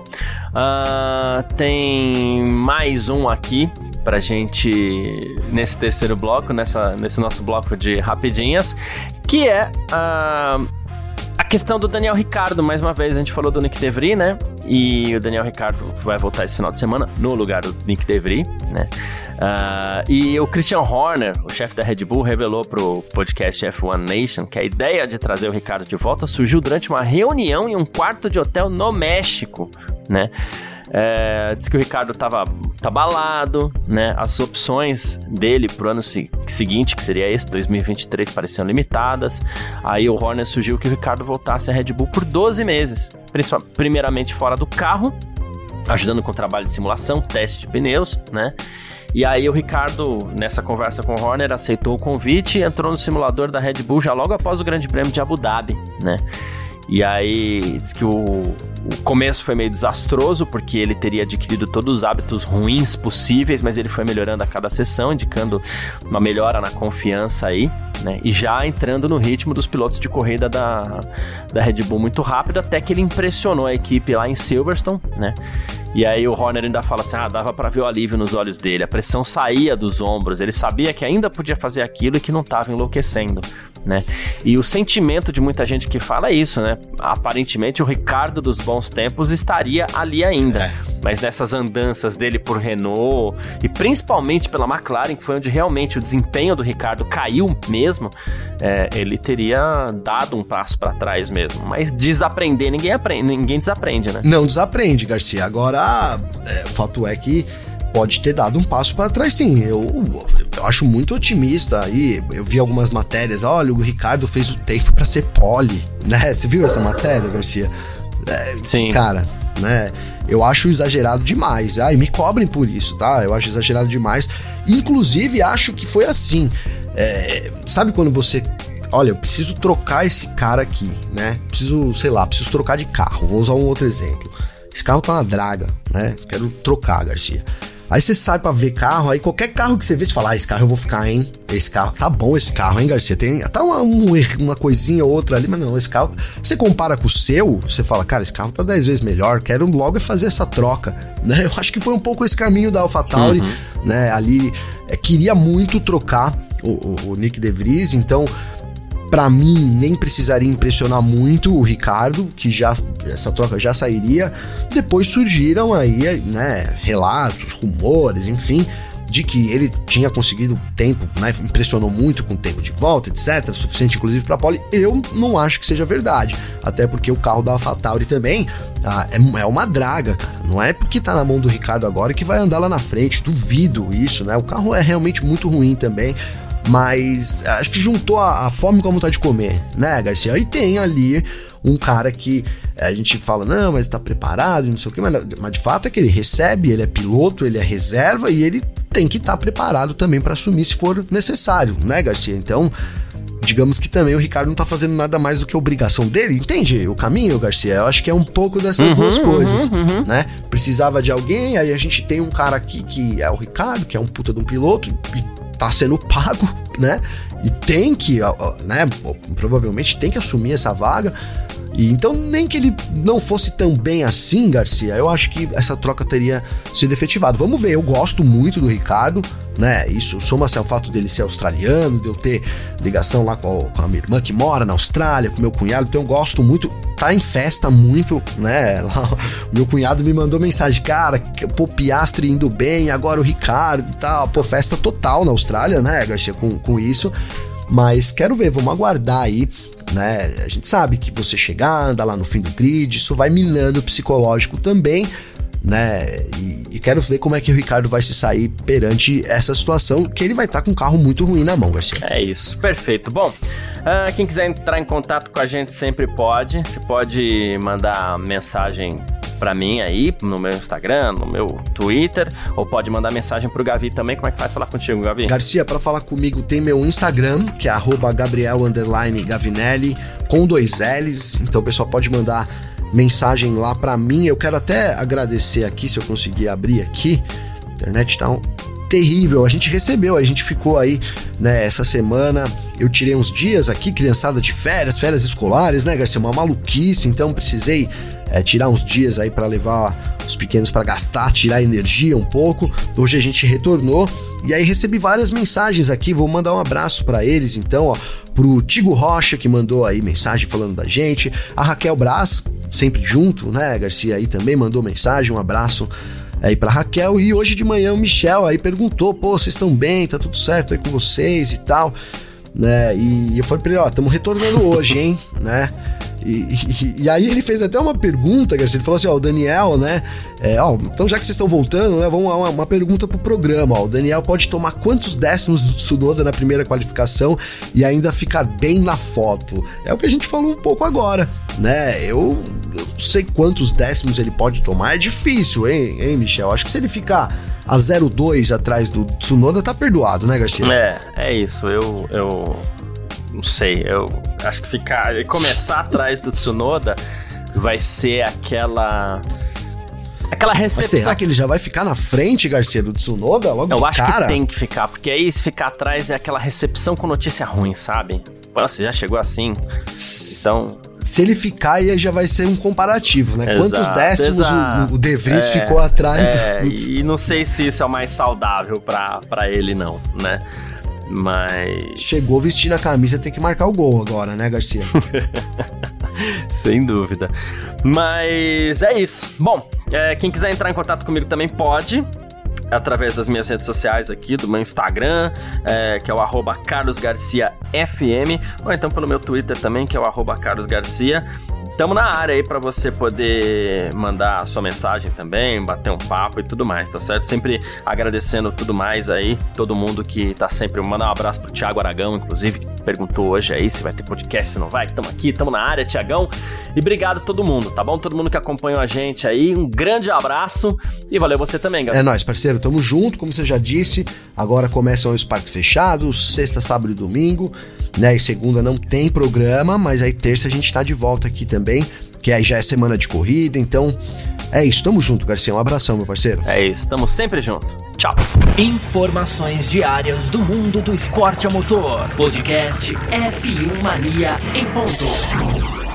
uh, tem mais um aqui pra gente, nesse terceiro bloco, nessa, nesse nosso bloco de rapidinhas, que é uh, a questão do Daniel Ricciardo. Mais uma vez, a gente falou do Nick De Vries, né? E o Daniel Ricciardo vai voltar esse final de semana no lugar do Nick De Vries, né? Uh, e o Christian Horner, o chefe da Red Bull, revelou pro podcast F um Nation que a ideia de trazer o Ricciardo de volta surgiu durante uma reunião em um quarto de hotel no México, né? É, diz que o Ricciardo tava abalado, né? As opções dele pro ano se- seguinte, que seria esse, dois mil e vinte e três, pareciam limitadas. Aí o Horner sugeriu que o Ricciardo voltasse à Red Bull por doze meses, primeiramente fora do carro, ajudando com o trabalho de simulação, teste de pneus, né? E aí o Ricciardo, nessa conversa com o Horner, aceitou o convite e entrou no simulador da Red Bull já logo após o Grande Prêmio de Abu Dhabi, né? E aí diz que o, o começo foi meio desastroso, porque ele teria adquirido todos os hábitos ruins possíveis, mas ele foi melhorando a cada sessão, indicando uma melhora na confiança aí, né? E já entrando no ritmo dos pilotos de corrida da, da Red Bull muito rápido, até que ele impressionou a equipe lá em Silverstone, né? E aí o Horner ainda fala assim, ah, dava pra ver o alívio nos olhos dele, a pressão saía dos ombros, ele sabia que ainda podia fazer aquilo e que não estava enlouquecendo, né? E o sentimento de muita gente que fala é isso, né? Aparentemente o Ricciardo dos bons tempos estaria ali ainda, é. Mas nessas andanças dele por Renault e principalmente pela McLaren, que foi onde realmente o desempenho do Ricciardo caiu mesmo, é, ele teria dado um passo para trás mesmo. Mas desaprender, ninguém aprende, ninguém desaprende, né? Não desaprende, Garcia. Agora, é, o fato é que pode ter dado um passo para trás, sim. Eu, eu acho muito otimista aí. Eu vi algumas matérias. Olha, o Ricciardo fez o tempo para ser pole, né? Você viu essa matéria, Garcia? É, sim. Cara, né? Eu acho exagerado demais. Ah, e me cobrem por isso, tá? Eu acho exagerado demais. Inclusive, acho que foi assim. É, sabe quando você... Olha, eu preciso trocar esse cara aqui, né? Preciso, sei lá, preciso trocar de carro. Vou usar um outro exemplo. Esse carro tá uma draga, né? Quero trocar, Garcia. Aí você sai pra ver carro, aí qualquer carro que você vê, você fala, ah, esse carro eu vou ficar, hein? Esse carro, tá bom esse carro, hein, Garcia? Tem até uma, uma coisinha ou outra ali, mas não, esse carro... Você compara com o seu, você fala, cara, esse carro tá dez vezes melhor, quero logo fazer essa troca, né? Eu acho que foi um pouco esse caminho da AlphaTauri, uhum. né? Ali, é, queria muito trocar o, o, o Nick De Vries, então... Pra mim, nem precisaria impressionar muito o Ricardo, que já essa troca já sairia. Depois surgiram aí, né, relatos, rumores, enfim, de que ele tinha conseguido tempo, né, impressionou muito com o tempo de volta, etcétera, suficiente inclusive pra pole. Eu não acho que seja verdade, até porque o carro da AlphaTauri também ah, é, é uma draga, cara. Não é porque tá na mão do Ricardo agora que vai andar lá na frente, duvido isso, né? O carro é realmente muito ruim também. Mas acho que juntou a, a fome com a vontade de comer, né, Garcia? E tem ali um cara que a gente fala, não, mas tá preparado, não sei o que, mas, mas de fato é que ele recebe, ele é piloto, ele é reserva e ele tem que estar tá preparado também para assumir se for necessário, né, Garcia? Então, digamos que também o Ricardo não tá fazendo nada mais do que a obrigação dele, entende o caminho, Garcia? Eu acho que é um pouco dessas uhum, duas coisas, uhum, uhum. né? Precisava de alguém, aí a gente tem um cara aqui que é o Ricardo, que é um puta de um piloto e tá sendo pago, né? E tem que, né? Provavelmente tem que assumir essa vaga. E então, nem que ele não fosse tão bem assim, Garcia, eu acho que essa troca teria sido efetivada. Vamos ver, eu gosto muito do Ricardo, né? Isso soma-se ao fato dele ser australiano, de eu ter ligação lá com a, com a minha irmã que mora na Austrália, com meu cunhado, então eu gosto muito. Tá em festa muito, né? Lá, meu cunhado me mandou mensagem, cara, pô, Piastri indo bem, agora o Ricardo e tal, pô, festa total na Austrália, né, Garcia, com, com isso. Mas quero ver, vamos aguardar aí, né? A gente sabe que você chegar, anda lá no fim do grid, isso vai minando o psicológico também, né? E, e quero ver como é que o Ricardo vai se sair perante essa situação, que ele vai estar tá com um carro muito ruim na mão, Garcia. É isso, perfeito. Bom, uh, quem quiser entrar em contato com a gente sempre pode. Você pode mandar mensagem pra mim aí, no meu Instagram, no meu Twitter, ou pode mandar mensagem pro Gavi também. Como é que faz falar contigo, Gavi? Garcia, pra falar comigo tem meu Instagram, que é arroba Gabriel underline Gavinelli, com dois L's, então o pessoal pode mandar mensagem lá pra mim. Eu quero até agradecer aqui, se eu conseguir abrir aqui, a internet tá um terrível, a gente recebeu, a gente ficou aí, né, essa semana, eu tirei uns dias aqui, criançada de férias, férias escolares, né, Garcia, uma maluquice, então precisei é, tirar uns dias aí pra levar os pequenos pra gastar, tirar energia um pouco. Hoje a gente retornou e aí recebi várias mensagens aqui, vou mandar um abraço pra eles, então, ó, pro Tigo Rocha, que mandou aí mensagem falando da gente, a Raquel Brás, sempre junto, né, Garcia, aí também mandou mensagem, um abraço aí pra Raquel. E hoje de manhã o Michel aí perguntou, pô, vocês estão bem, tá tudo certo aí com vocês e tal, né, e eu falei pra ele, ó, estamos retornando hoje, hein, né, e, e, e aí ele fez até uma pergunta, Garcia, ele falou assim, ó, o Daniel, né, é, ó, então já que vocês estão voltando, né, vamos lá, uma, uma pergunta pro programa, ó, o Daniel pode tomar quantos décimos do Tsunoda na primeira qualificação e ainda ficar bem na foto? É o que a gente falou um pouco agora, né, eu, eu não sei quantos décimos ele pode tomar, é difícil, hein, hein, Michel? Acho que se ele ficar a zero vírgula dois atrás do Tsunoda, tá perdoado, né, Garcia? É, é isso, eu, eu não sei, eu acho que ficar, começar atrás do Tsunoda vai ser aquela... Aquela recepção... Mas será que ele já vai ficar na frente, Garcia, do Tsunoda? Logo eu de acho cara? que tem que ficar, porque aí se ficar atrás é aquela recepção com notícia ruim, sabe? Nossa, já chegou assim, então... Se ele ficar, aí já vai ser um comparativo, né? Exato, Quantos décimos exato. o, o De Vries é, ficou atrás? É, do... e não sei se isso é o mais saudável pra, pra ele, não, né? Mas... Chegou vestindo a camisa, tem que marcar o gol agora, né, Garcia? Sem dúvida. Mas é isso. Bom, é, quem quiser entrar em contato comigo também pode, através das minhas redes sociais aqui, do meu Instagram, é, que é o arroba Carlos Garcia F M, ou então pelo meu Twitter também, que é o arroba Carlos Garcia. Tamo na área aí pra você poder mandar sua mensagem também, bater um papo e tudo mais, tá certo? Sempre agradecendo tudo mais aí, todo mundo que tá sempre... Mandar um abraço pro Thiago Aragão, inclusive, que perguntou hoje aí se vai ter podcast, se não vai. Tamo aqui, tamo na área, Thiagão. E obrigado a todo mundo, tá bom? Todo mundo que acompanhou a gente aí, um grande abraço e valeu você também, galera. É nóis, parceiro, tamo junto, como você já disse. Agora começam os parques fechados, sexta, sábado e domingo, né? E segunda não tem programa, mas aí terça a gente tá de volta aqui também, que aí já é semana de corrida, então é isso, tamo junto, Garcia, um abração, meu parceiro. É isso, tamo sempre junto, tchau. Informações diárias do mundo do esporte a motor, podcast F um Mania em ponto.